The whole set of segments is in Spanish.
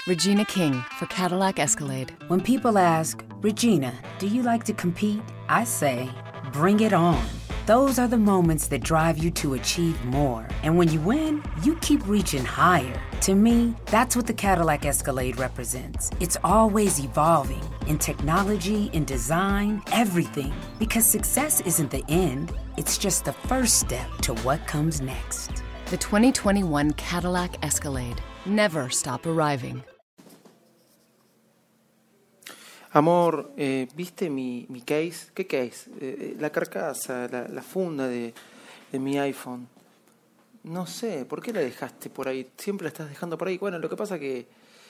Regina King for Cadillac Escalade. When people ask, Regina, do you like to compete? I say, bring it on. Those are the moments that drive you to achieve more. And when you win, you keep reaching higher. To me, that's what the Cadillac Escalade represents. It's always evolving in technology, in design, everything. Because success isn't the end, it's just the first step to what comes next. The 2021 Cadillac Escalade. Never stop arriving. Amor, ¿viste mi case? ¿Qué case? La carcasa, la funda de mi iPhone. No sé, ¿por qué la dejaste por ahí? Siempre la estás dejando por ahí. Bueno, lo que pasa que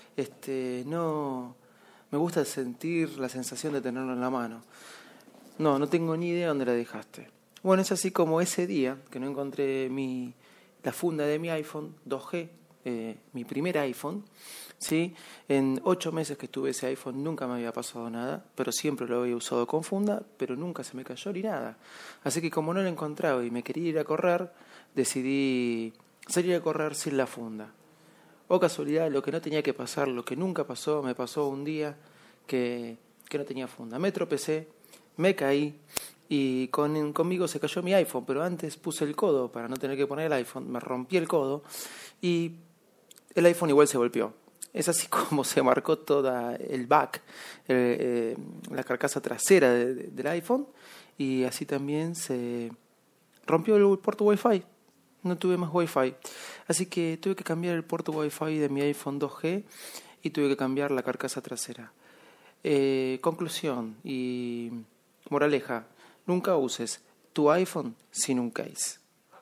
no me gusta sentir la sensación de tenerlo en la mano. No tengo ni idea dónde la dejaste. Bueno, es así como ese día que no encontré la funda de mi iPhone 2G, mi primer iPhone. ¿Sí? En 8 meses que tuve ese iPhone nunca me había pasado nada, pero siempre lo había usado con funda, pero nunca se me cayó ni nada. Así que como no lo encontraba y me quería ir a correr, decidí salir a correr sin la funda. O casualidad, lo que no tenía que pasar, lo que nunca pasó, me pasó un día que no tenía funda. Me tropecé, me caí y conmigo se cayó mi iPhone, pero antes puse el codo para no tener que poner el iPhone, me rompí el codo y el iPhone igual se golpeó. Es así como se marcó toda el back, la carcasa trasera del iPhone, y así también se rompió el puerto Wi-Fi. No tuve más Wi-Fi. Así que tuve que cambiar el puerto Wi-Fi de mi iPhone 2G y tuve que cambiar la carcasa trasera. Conclusión y moraleja, nunca uses tu iPhone sin un case.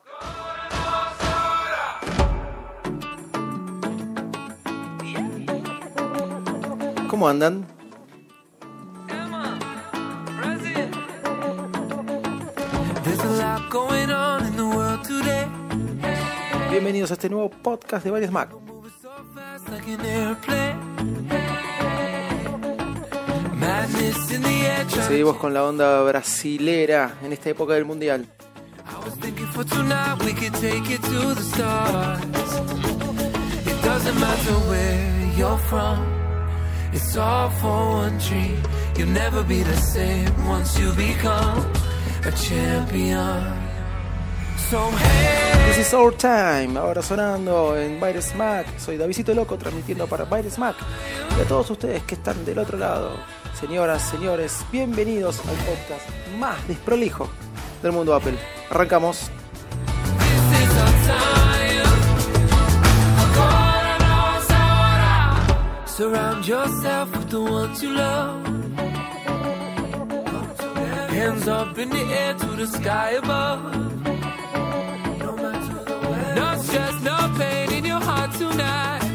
¿Cómo andan? Bienvenidos a este nuevo podcast de Varios Mac. Seguimos con la onda brasilera en esta época del mundial. It's all for one dream. You'll never be the same once you become a champion. So hey, This is our time. Ahora sonando en Virus Mac. Soy Davidito Loco transmitiendo para Virus Mac. Y a todos ustedes que están del otro lado, señoras, señores, bienvenidos al podcast más desprolijo del mundo Apple. Arrancamos. this is our time. Surround yourself with the ones you love. Hands up in the air to the sky above. No stress, no pain in your heart tonight.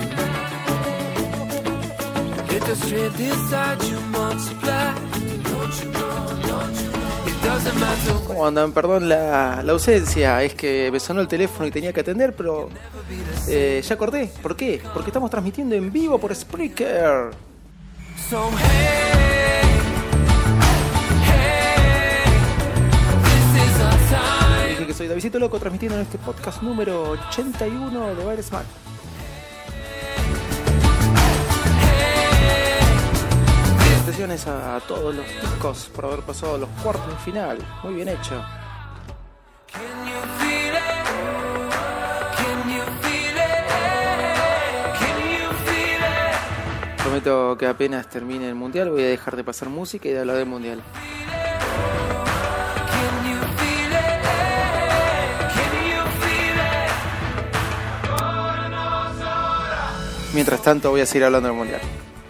Let the strength inside you multiply. Don't you know, it doesn't matter. ¿Cómo andan? Perdón la ausencia. Es que me sonó el teléfono y tenía que atender, pero ya corté. ¿Por qué? Porque estamos transmitiendo en vivo por Spreaker. So hey, this is our time. Dije que soy Davidito Loco transmitiendo en este podcast número 81 de Virus Mac. Felicitaciones a todos los chicos por haber pasado los cuartos de final. Muy bien hecho. Can you feel it? Can you feel it? Can you feel it? Prometo que apenas termine el mundial voy a dejar de pasar música y de hablar del mundial. Can you feel it? Can you feel it? Mientras tanto voy a seguir hablando del mundial.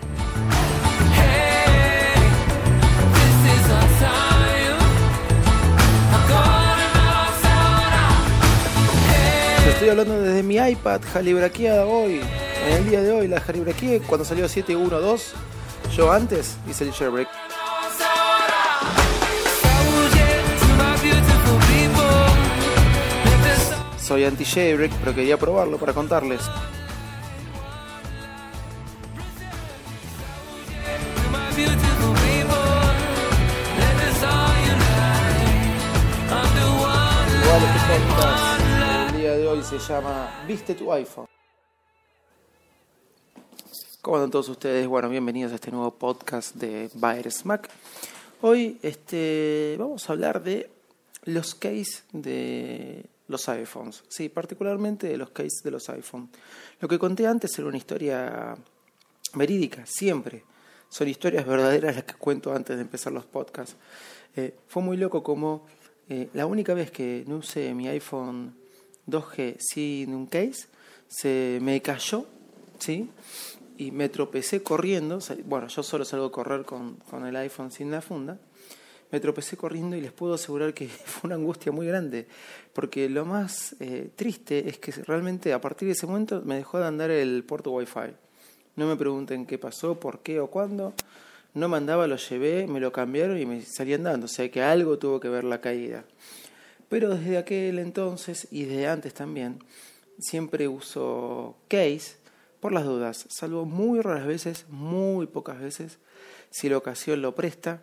This is our time. I'm gonna Yo estoy hablando desde mi iPad jalibraqueada hoy. En el día de hoy la jalibraqueé cuando salió 7.1.2. Yo antes hice el jailbreak. Soy anti-jailbreak, pero quería probarlo para contarles. Igual este podcast el día de hoy se llama ¿Viste tu iPhone? ¿Cómo andan todos ustedes? Bueno, bienvenidos a este nuevo podcast de Buyer's Mac. Hoy vamos a hablar de los case de los iPhones. Sí, particularmente de los case de los iPhones. Lo que conté antes era una historia verídica, siempre. Son historias verdaderas las que cuento antes de empezar los podcasts. Fue muy loco como la única vez que no usé mi iPhone 2G sin un case, se me cayó, ¿sí? Y me tropecé corriendo. Bueno, yo solo salgo a correr con el iPhone sin la funda. Me tropecé corriendo y les puedo asegurar que fue una angustia muy grande, porque lo más triste es que realmente a partir de ese momento me dejó de andar el puerto Wi-Fi. No me pregunten qué pasó, por qué o cuándo. No me andaba, lo llevé, me lo cambiaron y me salí andando. O sea que algo tuvo que ver la caída. Pero desde aquel entonces y desde antes también, siempre uso case por las dudas, salvo muy raras veces, muy pocas veces, si la ocasión lo presta,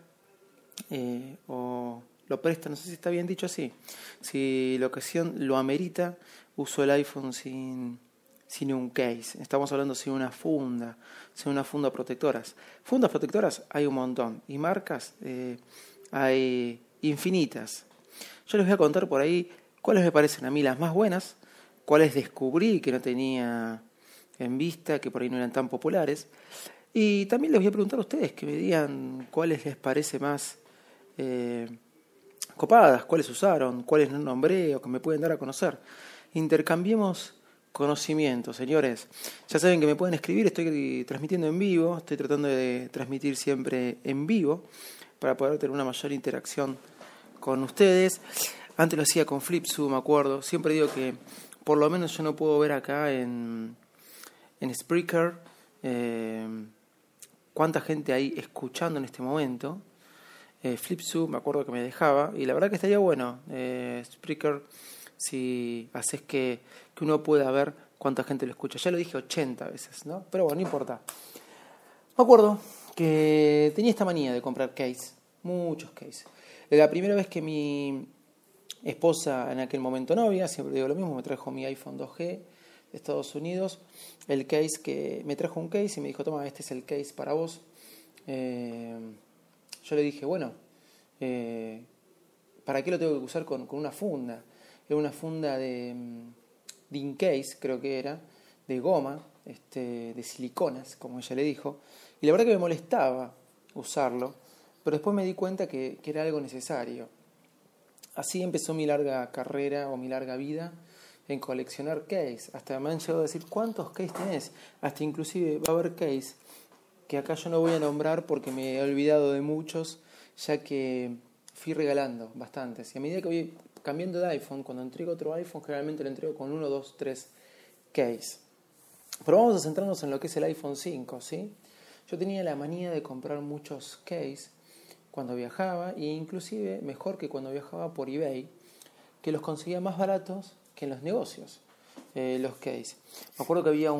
o lo presta, no sé si está bien dicho así, si la ocasión lo amerita, uso el iPhone sin un case. Estamos hablando sin una funda protectoras. Fundas protectoras hay un montón, y marcas hay infinitas. Yo les voy a contar por ahí cuáles me parecen a mí las más buenas, cuáles descubrí que no tenía en vista, que por ahí no eran tan populares. Y también les voy a preguntar a ustedes que me digan cuáles les parece más copadas, cuáles usaron, cuáles no nombré o que me pueden dar a conocer. Intercambiemos conocimientos, señores. Ya saben que me pueden escribir, estoy transmitiendo en vivo, estoy tratando de transmitir siempre en vivo para poder tener una mayor interacción con ustedes. Antes lo hacía con Flipsub, me acuerdo. Siempre digo que por lo menos yo no puedo ver acá en Spreaker cuánta gente hay escuchando en este momento. Flipsub me acuerdo que me dejaba, y la verdad que estaría bueno Spreaker, si haces que uno pueda ver cuánta gente lo escucha. Ya lo dije 80 veces, ¿no? Pero bueno, no importa. Me acuerdo que tenía esta manía de comprar case, muchos case. La primera vez que mi esposa, en aquel momento novia, siempre digo lo mismo, me trajo mi iPhone 2G de Estados Unidos, el case que me trajo un case y me dijo, toma, este es el case para vos. Yo le dije, bueno, ¿para qué lo tengo que usar con una funda? Era una funda de Incase, creo que era, de goma, de siliconas, como ella le dijo, y la verdad que me molestaba usarlo, pero después me di cuenta que era algo necesario. Así empezó mi larga carrera o mi larga vida en coleccionar case. Hasta me han llegado a decir, ¿cuántos case tenés? Hasta inclusive va a haber case que acá yo no voy a nombrar porque me he olvidado de muchos, ya que fui regalando bastantes. Y a medida que voy cambiando de iPhone, cuando entrego otro iPhone, generalmente lo entrego con 1, 2, 3 case. Pero vamos a centrarnos en lo que es el iPhone 5, ¿sí? Yo tenía la manía de comprar muchos case cuando viajaba, e inclusive mejor que cuando viajaba por eBay, que los conseguía más baratos que en los negocios, los case. Me acuerdo que había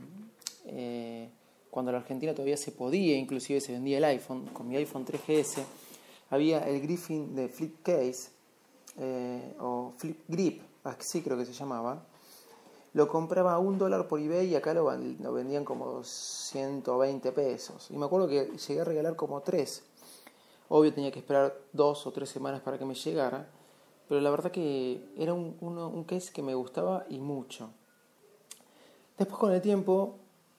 cuando en la Argentina todavía se podía, inclusive se vendía el iPhone, con mi iPhone 3GS, había el Griffin de Flip Case, o Flip Grip, así creo que se llamaba. Lo compraba a $1 por eBay y acá lo vendían como 120 pesos. Y me acuerdo que llegué a regalar como 3. Obvio tenía que esperar 2 o 3 semanas para que me llegara, pero la verdad que era un case que me gustaba y mucho. Después con el tiempo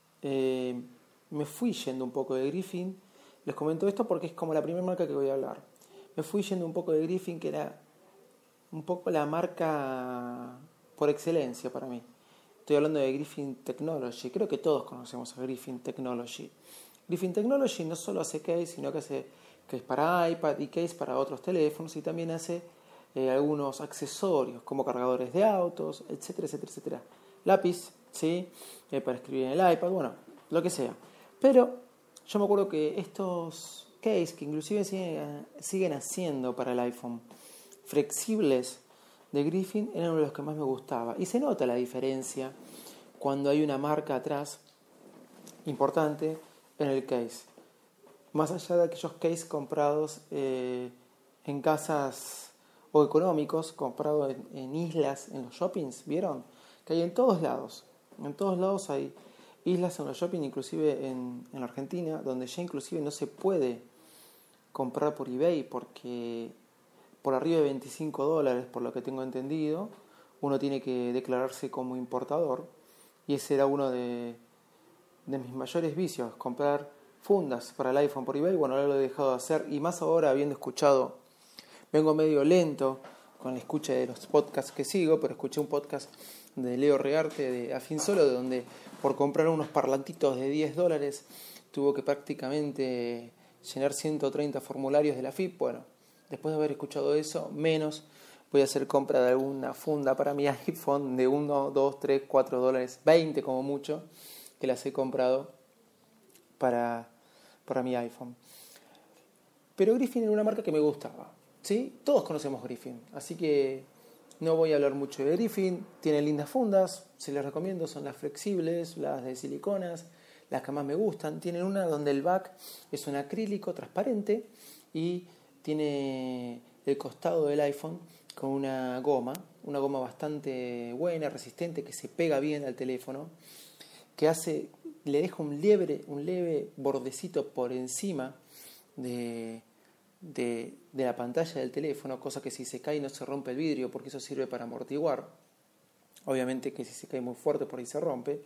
me fui yendo un poco de Griffin. Les comento esto porque es como la primera marca que voy a hablar. Me fui yendo un poco de Griffin, que era un poco la marca por excelencia para mí. Estoy hablando de Griffin Technology. Creo que todos conocemos a Griffin Technology. Griffin Technology no solo hace case, sino que hace case para iPad y case para otros teléfonos, y también hace algunos accesorios como cargadores de autos, etcétera, etcétera, etcétera. Lápiz, ¿sí? Para escribir en el iPad, bueno, lo que sea. Pero yo me acuerdo que estos case, que inclusive siguen haciendo para el iPhone, flexibles de Griffin, eran uno de los que más me gustaba. Y se nota la diferencia cuando hay una marca atrás importante en el case. Más allá de aquellos case comprados en casas o económicos, comprados en islas, en los shoppings, ¿vieron? Que hay en todos lados. En todos lados hay islas en los shopping, inclusive en la Argentina, donde ya inclusive no se puede comprar por eBay porque por arriba de $25, por lo que tengo entendido, uno tiene que declararse como importador, y ese era uno de mis mayores vicios, comprar fundas para el iPhone por eBay. Bueno, ahora lo he dejado de hacer, y más ahora habiendo escuchado, vengo medio lento con la escucha de los podcasts que sigo, pero escuché un podcast de Leo Rearte de Afin Solo, donde por comprar unos parlantitos de $10 tuvo que prácticamente llenar 130 formularios de la FIP. Bueno, después de haber escuchado eso, menos voy a hacer compra de alguna funda para mi iPhone de $1, $2, $3, $4, $20 como mucho, que las he comprado para mi iPhone. Pero Griffin era una marca que me gustaba, ¿sí? Todos conocemos Griffin, así que no voy a hablar mucho de Griffin. Tienen lindas fundas, se les recomiendo, son las flexibles, las de siliconas, las que más me gustan. Tienen una donde el back es un acrílico transparente y tiene el costado del iPhone con una goma bastante buena, resistente, que se pega bien al teléfono, que le deja un leve bordecito por encima de la pantalla del teléfono, cosa que si se cae no se rompe el vidrio, porque eso sirve para amortiguar. Obviamente que si se cae muy fuerte por ahí se rompe.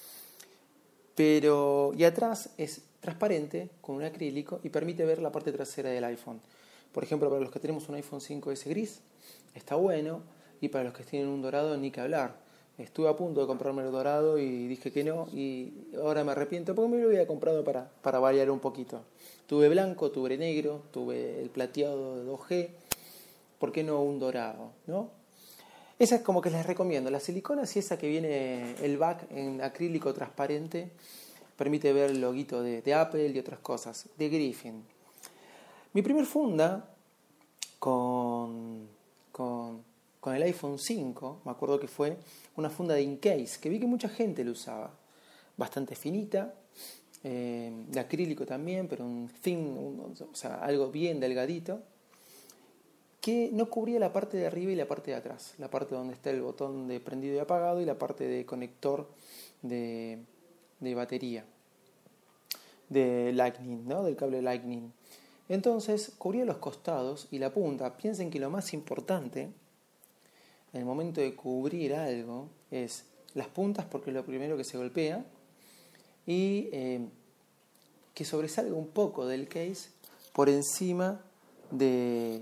Y atrás es transparente con un acrílico y permite ver la parte trasera del iPhone. Por ejemplo, para los que tenemos un iPhone 5S gris, está bueno, y para los que tienen un dorado, ni que hablar. Estuve a punto de comprarme el dorado y dije que no, y ahora me arrepiento porque me lo había comprado para variar un poquito. Tuve blanco, tuve negro, tuve el plateado de 2G, ¿por qué no un dorado, no? Esa es como que les recomiendo, la silicona, y esa que viene el back en acrílico transparente, permite ver el loguito de Apple y otras cosas, de Griffin. Mi primer funda con el iPhone 5, me acuerdo que fue una funda de Incase, que vi que mucha gente lo usaba, bastante finita, de acrílico también, pero o sea, algo bien delgadito, que no cubría la parte de arriba y la parte de atrás, la parte donde está el botón de prendido y apagado y la parte de conector de batería, de Lightning, ¿no? Del cable Lightning. Entonces cubría los costados y la punta. Piensen que lo más importante en el momento de cubrir algo es las puntas, porque es lo primero que se golpea, y que sobresalga un poco del case por encima del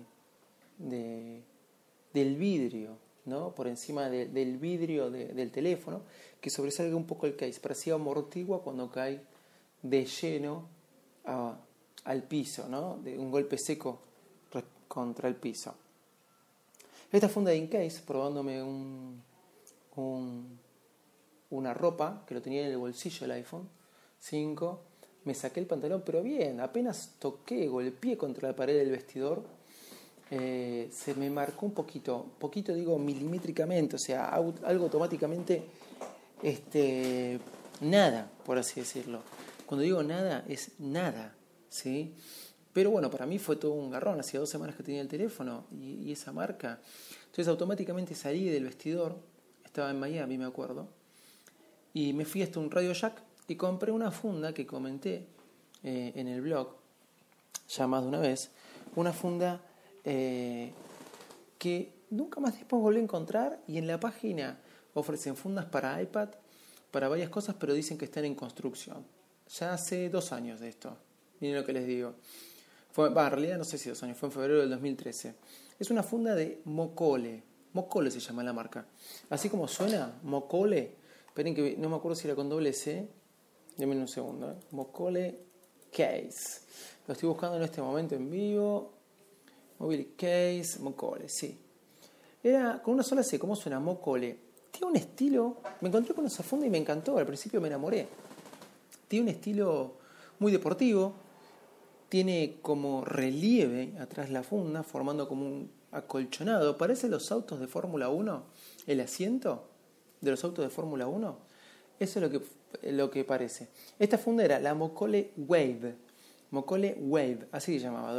vidrio, ¿no? Por encima del vidrio del teléfono, que sobresalga un poco el case, para así amortigua cuando cae de lleno al piso, ¿no? De un golpe seco contra el piso. Esta funda de Incase, probándome una ropa que lo tenía en el bolsillo del iPhone 5, me saqué el pantalón, pero bien, apenas golpeé contra la pared del vestidor, se me marcó un poquito digo milimétricamente, o sea, algo automáticamente, nada, por así decirlo. Cuando digo nada, es nada, ¿sí? Pero bueno, para mí fue todo un garrón. Hacía 2 semanas que tenía el teléfono y esa marca. Entonces automáticamente salí del vestidor, estaba en Miami, me acuerdo, y me fui hasta un Radio Shack y compré una funda que comenté en el blog ya más de una vez, una funda que nunca más después volví a encontrar, y en la página ofrecen fundas para iPad, para varias cosas, pero dicen que están en construcción. Ya hace 2 años de esto, miren lo que les digo. En realidad no sé si 2 años, fue en febrero del 2013. Es una funda de Mokole. Mokole se llama la marca. Así como suena, Mokole. Esperen que no me acuerdo si era con doble C. Denme un segundo. Mokole Case. Lo estoy buscando en este momento en vivo. Mobile Case, Mokole, sí. Era con una sola C. ¿Cómo suena? Mokole. Tiene un estilo. Me encontré con esa funda y me encantó. Al principio me enamoré. Tiene un estilo muy deportivo. Tiene como relieve atrás la funda, formando como un acolchonado. Parece los autos de Fórmula 1, el asiento de los autos de Fórmula 1. Eso es lo que parece. Esta funda era la Mokole Wave. Mokole Wave, así se llamaba.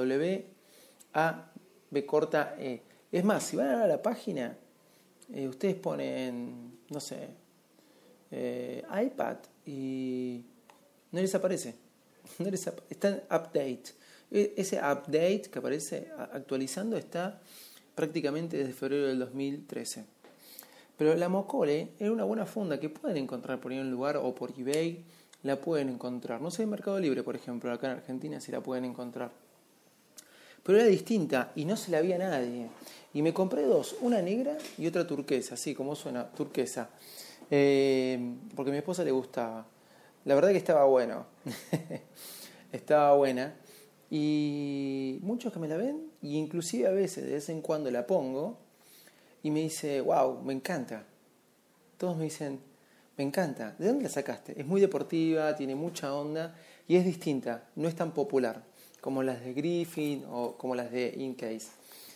W-A-V-E. Es más, si van a la página, ustedes ponen, no sé, iPad y no les aparece. Está en update. Ese update que aparece actualizando está prácticamente desde febrero del 2013. Pero la Mocole era una buena funda que pueden encontrar por ahí en un lugar o por eBay. La pueden encontrar. No sé, en Mercado Libre, por ejemplo, acá en Argentina sí la pueden encontrar. Pero era distinta y no se la vi a nadie. Y me compré dos, una negra y otra turquesa, así como suena, turquesa. Porque a mi esposa le gustaba. La verdad que estaba bueno. Estaba buena. Y muchos que me la ven, y inclusive a veces, de vez en cuando la pongo, y me dice, wow, me encanta. Todos me dicen, me encanta. ¿De dónde la sacaste? Es muy deportiva, tiene mucha onda, y es distinta, no es tan popular como las de Griffin o como las de Incase.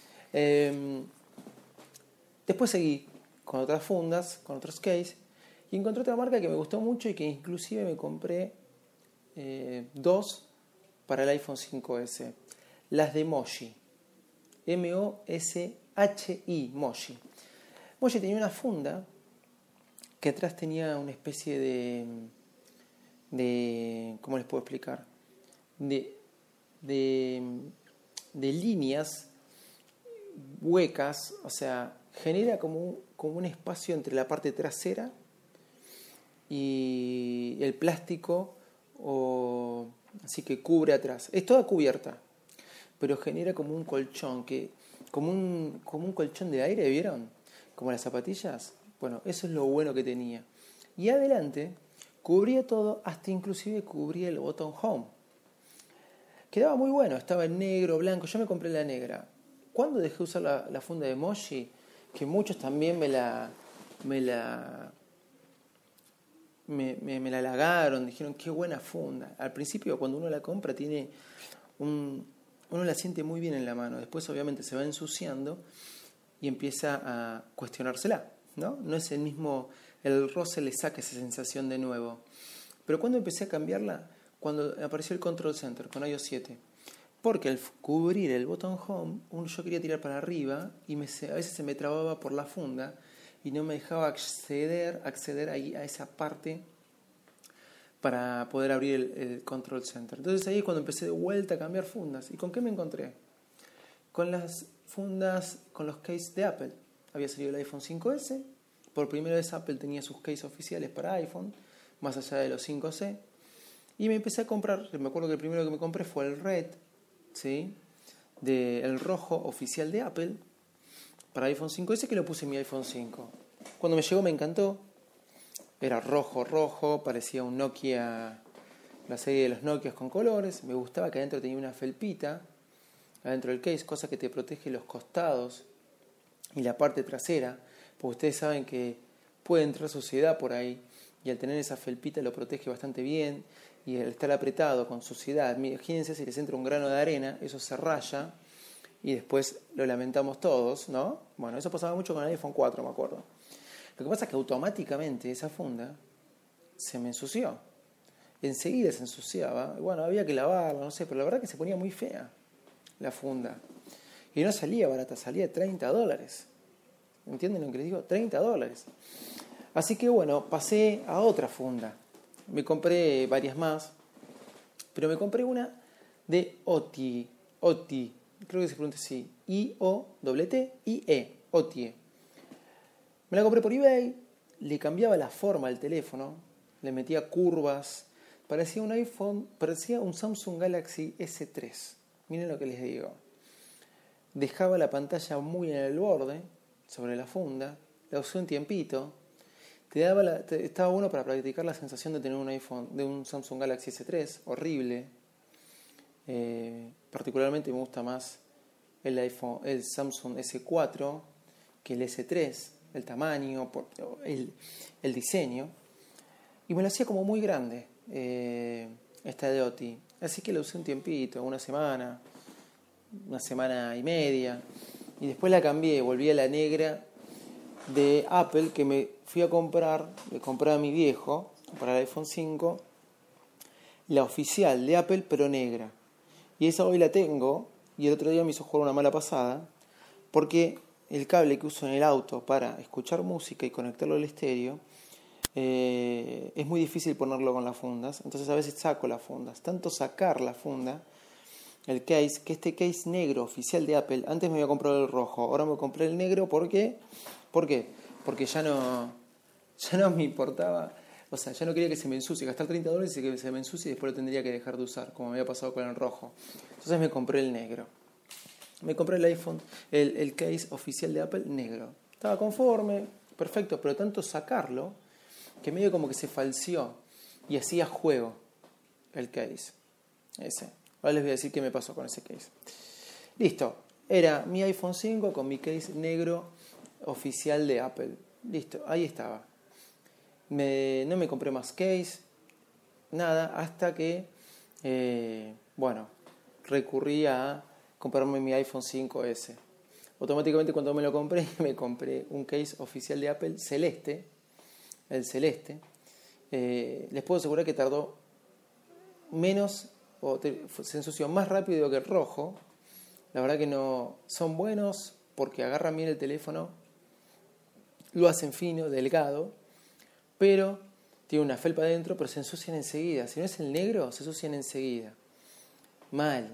Después seguí con otras fundas, con otros case, y encontré otra marca que me gustó mucho y que inclusive me compré dos para el iPhone 5S. Las de Moshi. M-O-S-H-I, Moshi. Moshi tenía una funda que atrás tenía una especie de ¿cómo les puedo explicar? De líneas huecas, o sea, genera como un espacio entre la parte trasera y el plástico, así que cubre atrás. Es toda cubierta, pero genera como un colchón, como un colchón de aire, ¿vieron? Como las zapatillas. Bueno, eso es lo bueno que tenía. Y adelante cubría todo, hasta inclusive cubría el botón home. Quedaba muy bueno, estaba en negro, blanco. Yo me compré la negra. ¿Cuándo dejé de usar la funda de Moshi? Que muchos también me la halagaron, dijeron qué buena funda. Al principio, cuando uno la compra, uno la siente muy bien en la mano. Después, obviamente, se va ensuciando y empieza a cuestionársela, ¿no? No es el roce le saca esa sensación de nuevo. Pero cuando empecé a cambiarla, cuando apareció el Control Center con iOS 7, porque al cubrir el botón home, yo quería tirar para arriba y a veces se me trababa por la funda y no me dejaba acceder ahí a esa parte para poder abrir el Control Center. Entonces ahí es cuando empecé de vuelta a cambiar fundas. ¿Y con qué me encontré? Con las fundas, con los case de Apple. Había salido el iPhone 5S. Por primera vez Apple tenía sus case oficiales para iPhone, más allá de los 5C. Y me empecé a comprar, me acuerdo que el primero que me compré fue el Red, ¿sí? El rojo oficial de Apple para iPhone 5S, que lo puse en mi iPhone 5. Cuando me llegó me encantó. Era rojo, parecía un Nokia, la serie de los Nokias con colores. Me gustaba que adentro tenía una felpita, adentro del case, cosa que te protege los costados y la parte trasera, porque ustedes saben que puede entrar suciedad por ahí, y al tener esa felpita lo protege bastante bien. Y al estar apretado con suciedad, imagínense si les entra un grano de arena, eso se raya y después lo lamentamos todos, ¿no? Bueno, eso pasaba mucho con el iPhone 4, me acuerdo. Lo que pasa es que automáticamente esa funda se me ensució. Enseguida se ensuciaba. Bueno, había que lavarla, no sé, pero la verdad que se ponía muy fea la funda. Y no salía barata, salía $30. ¿Entienden lo que les digo? $30. Así que bueno, pasé a otra funda. Me compré varias más, pero me compré una de Otie, creo que se pronuncia así, I-O-T-T-I-E, Otie. Me la compré por eBay, le cambiaba la forma al teléfono, le metía curvas, parecía un Samsung Galaxy S3. Miren lo que les digo. Dejaba la pantalla muy en el borde, sobre la funda, la usé un tiempito. Estaba bueno para practicar la sensación de tener un Samsung Galaxy S3, horrible. Particularmente me gusta más el Samsung S4 que el S3, el tamaño, el diseño. Y me lo hacía como muy grande esta de Oti. Así que la usé un tiempito, una semana y media. Y después la cambié, volví a la negra de Apple, que me fui a comprar, le compré a mi viejo para el iPhone 5, la oficial de Apple, pero negra. Y esa hoy la tengo, y el otro día me hizo jugar una mala pasada, porque el cable que uso en el auto para escuchar música y conectarlo al estéreo, es muy difícil ponerlo con las fundas, entonces a veces saco las fundas. Tanto sacar la funda, el case, que este case negro oficial de Apple, antes me había comprado el rojo, ahora me compré el negro. ¿Por qué? Porque ya no me importaba, o sea, ya no quería que se me ensucie, gastar $30 y que se me ensucie y después lo tendría que dejar de usar, como me había pasado con el rojo. Entonces me compré el negro. Me compré el iPhone, el case oficial de Apple negro. Estaba conforme, perfecto, pero tanto sacarlo que medio como que se falseó y hacía juego el case ese. Ahora les voy a decir qué me pasó con ese case. Listo, era mi iPhone 5 con mi case negro oficial de Apple. Listo, ahí estaba. No me compré más case, nada, hasta que, recurrí a comprarme mi iPhone 5S. Automáticamente cuando me lo compré, me compré un case oficial de Apple celeste, el celeste. Les puedo asegurar que tardó menos, se ensució más rápido que el rojo. La verdad que no son buenos porque agarran bien el teléfono, lo hacen fino, delgado, pero tiene una felpa adentro, pero se ensucian enseguida. Si no es el negro, se ensucian enseguida. Mal.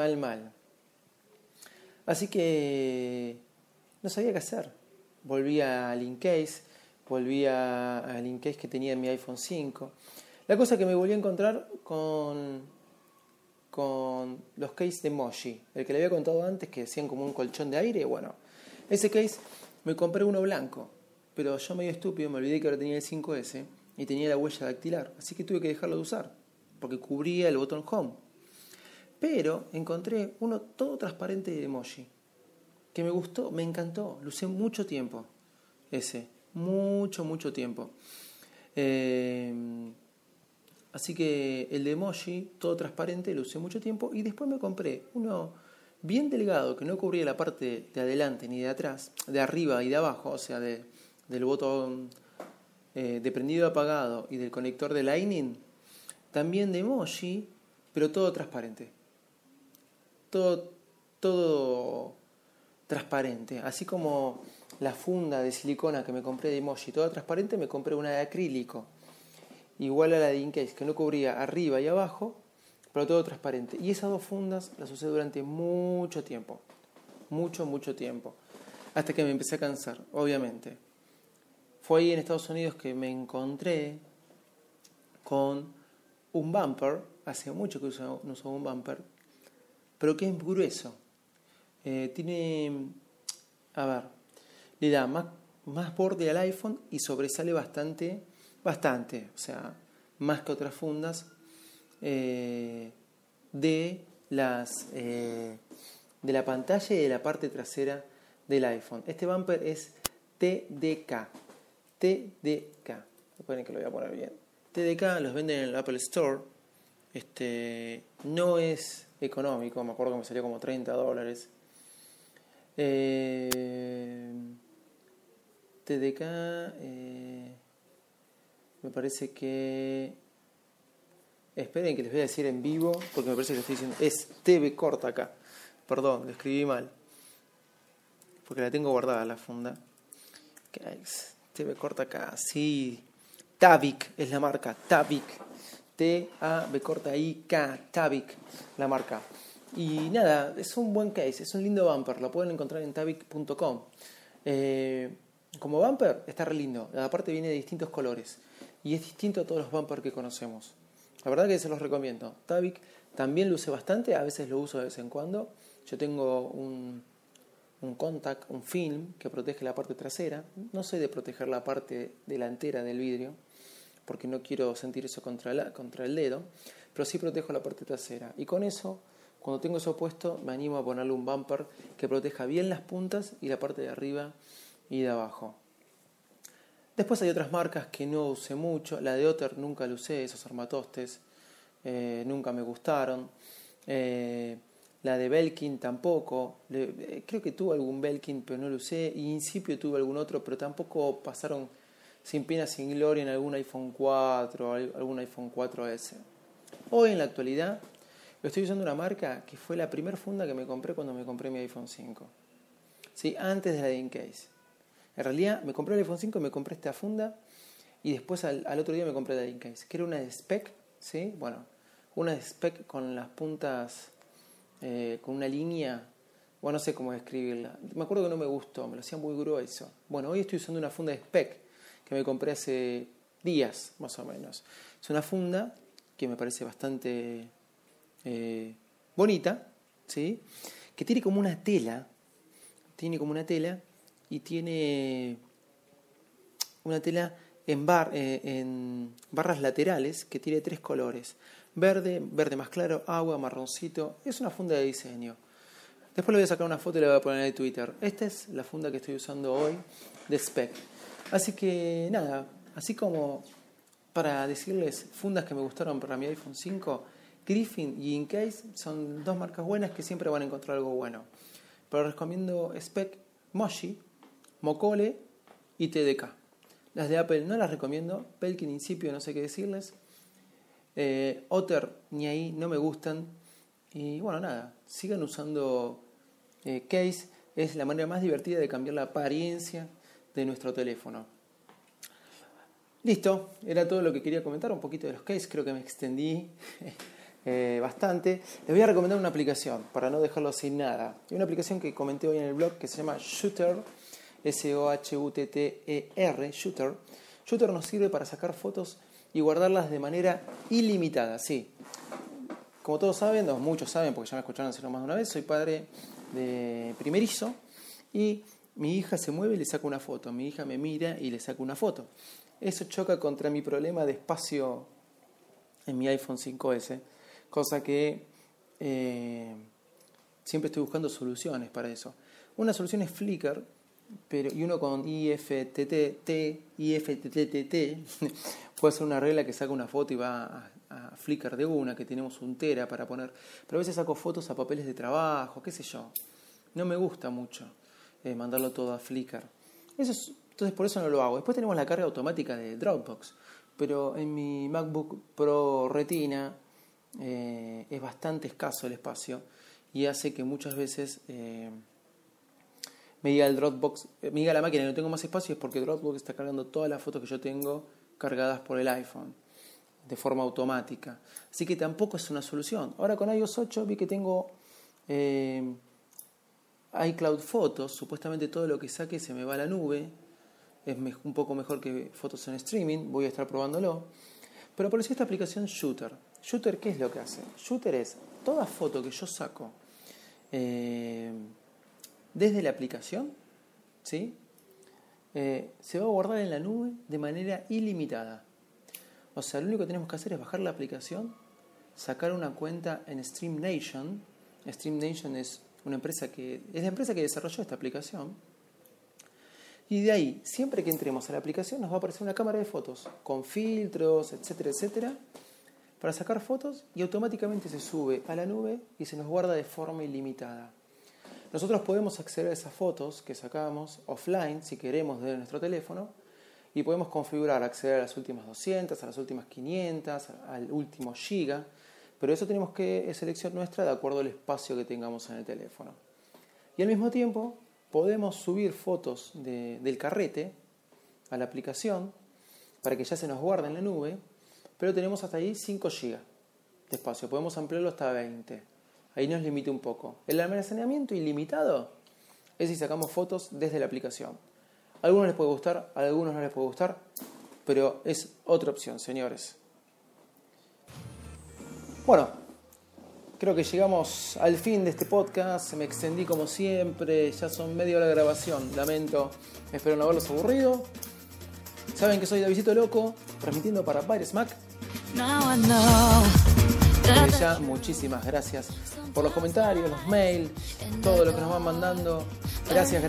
Así que no sabía qué hacer. Volví al in-case que tenía en mi iPhone 5. La cosa que me volví a encontrar con los case de Moshi, el que le había contado antes, que decían como un colchón de aire. Bueno, ese case me compré uno blanco, pero yo medio estúpido me olvidé que ahora tenía el 5S y tenía la huella dactilar, así que tuve que dejarlo de usar porque cubría el botón home. Pero encontré uno todo transparente de Moshi que me gustó, me encantó, lo usé mucho tiempo ese, mucho tiempo. Así que el de Moshi, todo transparente, lo usé mucho tiempo. Y después me compré uno bien delgado, que no cubría la parte de adelante ni de atrás, de arriba y de abajo, o sea, del botón de prendido apagado y del conector de Lightning. También de Moshi, pero todo transparente. Todo transparente. Así como la funda de silicona que me compré de Moshi, toda transparente, me compré una de acrílico, igual a la de in-case, que no cubría arriba y abajo, pero todo transparente. Y esas dos fundas las usé durante mucho tiempo. Mucho tiempo. Hasta que me empecé a cansar, obviamente. Fue ahí en Estados Unidos que me encontré con un bumper. Hace mucho que no uso un bumper, pero que es grueso. Tiene, le da más borde al iPhone y sobresale bastante, o sea, más que otras fundas de la pantalla y de la parte trasera del iPhone. Este bumper es TDK. Recuerden que lo voy a poner bien. TDK los venden en el Apple Store. No es económico, me acuerdo que me salió como $30. TDK me parece que, esperen que les voy a decir en vivo porque me parece que estoy diciendo, es TV corta acá, perdón, lo escribí mal porque la tengo guardada la funda. TV corta acá, sí, Tabic es la marca, Tabic, T-A-B-I-K, Tabic, la marca. Y nada, es un buen case, es un lindo bumper, lo pueden encontrar en tabic.com. Como bumper está re lindo, aparte viene de distintos colores y es distinto a todos los bumpers que conocemos. La verdad que se los recomiendo. Tabic también lo usé bastante, a veces lo uso de vez en cuando. Yo tengo un contact, un film que protege la parte trasera. No soy de proteger la parte delantera del vidrio porque no quiero sentir eso contra el dedo, pero sí protejo la parte trasera. Y con eso, cuando tengo eso puesto, me animo a ponerle un bumper que proteja bien las puntas y la parte de arriba y de abajo. Después hay otras marcas que no usé mucho. La de Otter nunca la usé, esos armatostes nunca me gustaron. La de Belkin tampoco. Creo que tuve algún Belkin, pero no lo usé. Y Incipio tuve algún otro, pero tampoco pasaron sin pena, sin gloria en algún iPhone 4 o algún iPhone 4S. Hoy en la actualidad estoy usando una marca que fue la primera funda que me compré cuando me compré mi iPhone 5. ¿Sí? Antes de la de in-case. En realidad me compré el iPhone 5 y me compré esta funda y después al otro día me compré la Incase, que era una de spec, ¿sí? Bueno, una de spec con las puntas, con una línea, bueno, no sé cómo describirla. Me acuerdo que no me gustó, me lo hacía muy grueso. Bueno, hoy estoy usando una funda de spec que me compré hace días, más o menos. Es una funda que me parece bastante bonita, ¿sí? Que tiene como una tela, y tiene una tela en barras laterales que tiene 3 colores: verde, verde más claro, agua, marroncito. Es una funda de diseño. Después le voy a sacar una foto y la voy a poner en el Twitter. Esta es la funda que estoy usando hoy de spec. Así que nada, así como para decirles fundas que me gustaron para mi iPhone 5, Griffin y Incase son 2 marcas buenas que siempre van a encontrar algo bueno. Pero recomiendo Spec, Moshi, Mokole y TDK. Las de Apple no las recomiendo. Belkin, Incipio, no sé qué decirles. Otter, ni ahí, no me gustan. Y bueno, nada, sigan usando Case. Es la manera más divertida de cambiar la apariencia de nuestro teléfono. Listo, era todo lo que quería comentar, un poquito de los Case. Creo que me extendí bastante. Les voy a recomendar una aplicación para no dejarlo sin nada. Hay una aplicación que comenté hoy en el blog que se llama Shooter, Shooter. Shooter nos sirve para sacar fotos y guardarlas de manera ilimitada. Sí, como todos saben, o muchos saben porque ya me escucharon hacerlo más de una vez, soy padre de primerizo y mi hija se mueve y le saca una foto. Mi hija me mira y le saca una foto. Eso choca contra mi problema de espacio en mi iPhone 5S, cosa que siempre estoy buscando soluciones para eso. Una solución es Flickr, y uno con IFTTT puede ser una regla que saca una foto y va a Flickr de una, que tenemos 1 tera para poner. Pero a veces saco fotos a papeles de trabajo, qué sé yo. No me gusta mucho mandarlo todo a Flickr. Entonces por eso no lo hago. Después tenemos la carga automática de Dropbox. Pero en mi MacBook Pro Retina es bastante escaso el espacio y hace que muchas veces me diga el Dropbox, me diga la máquina que no tengo más espacio, es porque Dropbox está cargando todas las fotos que yo tengo cargadas por el iPhone de forma automática. Así que tampoco es una solución. Ahora con iOS 8 vi que tengo iCloud Fotos. Supuestamente todo lo que saque se me va a la nube. Es un poco mejor que fotos en streaming. Voy a estar probándolo. Pero apareció esta aplicación Shooter. Shooter, ¿qué es lo que hace? Shooter es toda foto que yo saco desde la aplicación, ¿sí? Se va a guardar en la nube de manera ilimitada. O sea, lo único que tenemos que hacer es bajar la aplicación, sacar una cuenta en Stream Nation. Stream Nation es la empresa que desarrolló esta aplicación. Y de ahí, siempre que entremos a la aplicación, nos va a aparecer una cámara de fotos con filtros, etcétera, etcétera, para sacar fotos, y automáticamente se sube a la nube y se nos guarda de forma ilimitada. Nosotros podemos acceder a esas fotos que sacamos offline, si queremos, desde nuestro teléfono, y podemos configurar, acceder a las últimas 200, a las últimas 500, al último giga, pero eso tenemos que, es elección nuestra de acuerdo al espacio que tengamos en el teléfono. Y al mismo tiempo podemos subir fotos del carrete a la aplicación para que ya se nos guarde en la nube, pero tenemos hasta ahí 5 GB de espacio, podemos ampliarlo hasta 20. Ahí nos limita un poco. El almacenamiento ilimitado es si sacamos fotos desde la aplicación. A algunos les puede gustar, a algunos no les puede gustar, pero es otra opción, señores. Bueno, creo que llegamos al fin de este podcast. Me extendí como siempre, ya son media hora de grabación. Lamento, espero no haberlos aburrido. Saben que soy Davidito Loco, transmitiendo para Virus Mac. Desde ya, muchísimas gracias por los comentarios, los mails, todo lo que nos van mandando. Gracias.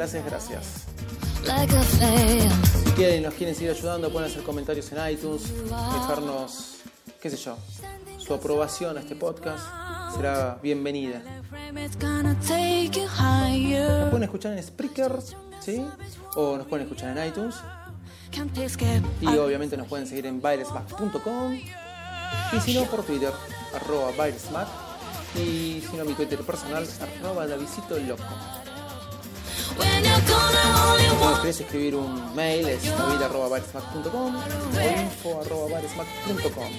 Si nos quieren seguir ayudando, pueden hacer comentarios en iTunes, dejarnos, qué sé yo, su aprobación a este podcast será bienvenida. Nos pueden escuchar en Spreaker, ¿sí? O nos pueden escuchar en iTunes. Y obviamente nos pueden seguir en virusmac.com. Y si no, por Twitter, @virusmac. Y si no, mi Twitter personal, @Davidito Loco. Cuando querés escribir un mail es david@baresmack.com o info@baresmack.com.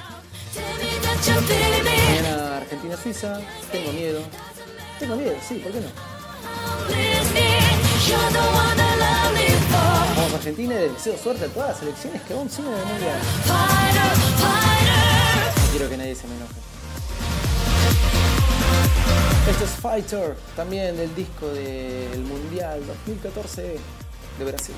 Mañana Argentina-Suiza. Tengo miedo, sí, ¿por qué no? Vamos a Argentina y les deseo suerte a todas las selecciones que aún siguen en el mundial. No quiero que nadie se me enoje. Esto es Fighter, también del disco del Mundial 2014 de Brasil.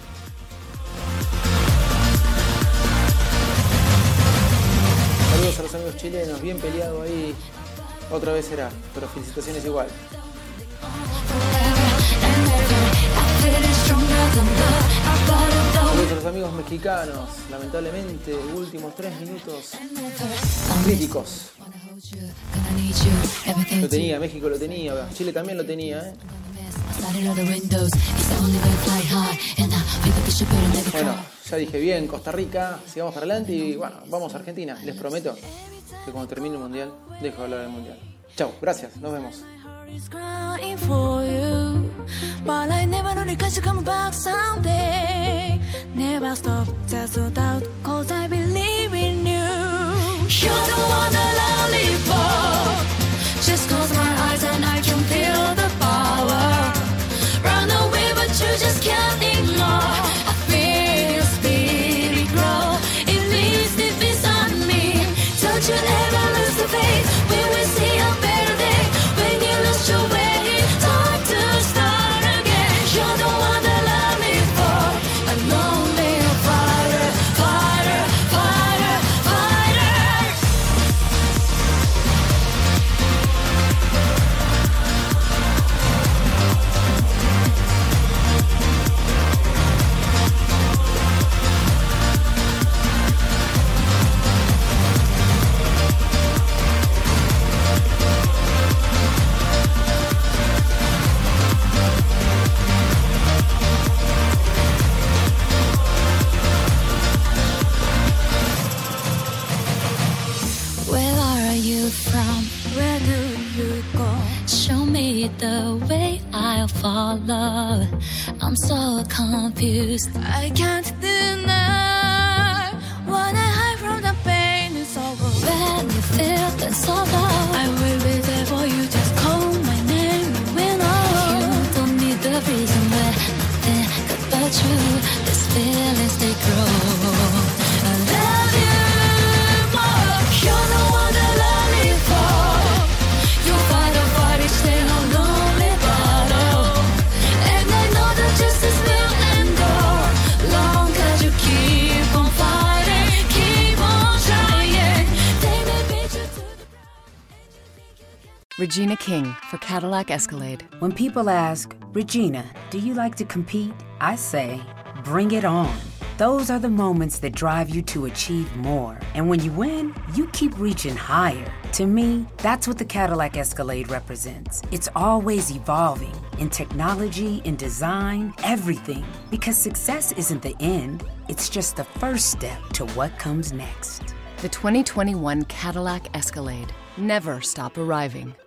Saludos a los amigos chilenos, bien peleado ahí. Otra vez será, pero felicitaciones igual. Saludos a los amigos mexicanos, lamentablemente últimos 3 minutos críticos. Lo tenía, México lo tenía, Chile también lo tenía, Bueno, ya dije bien, Costa Rica, sigamos para adelante y bueno, vamos a Argentina. Les prometo que cuando termine el mundial, dejo de hablar del mundial. Chau, gracias, nos vemos. Just close my eyes and I can feel the power. Run away but you just can't ignore. I feel your spirit grow. It lives deep inside me. Don't you ever lose the faith. We will see a better day. When you lost your way, time to start again. You're the one that love me for. A lonely fighter, fighter, fighter, fighter. Where are you from? Where do you go? Show me the way, I'll follow. I'm so confused. I can't deny. Wanna hide from the pain, it's over. When you feel the sorrow, I will be there for you. Just call my name, you will know. You don't need the reason why nothing about you. These feelings they grow. I love you more. You're the one that love me for. You fight a fight each day, a lonely battle. And I know that justice will endure. Long as you keep on fighting, keep on trying. They may beat you to the Regina King for Cadillac Escalade. When people ask, Regina, do you like to compete? I say, bring it on. Those are the moments that drive you to achieve more. And when you win, you keep reaching higher. To me, that's what the Cadillac Escalade represents. It's always evolving in technology, in design, everything. Because success isn't the end, it's just the first step to what comes next. The 2021 Cadillac Escalade. Never stop arriving.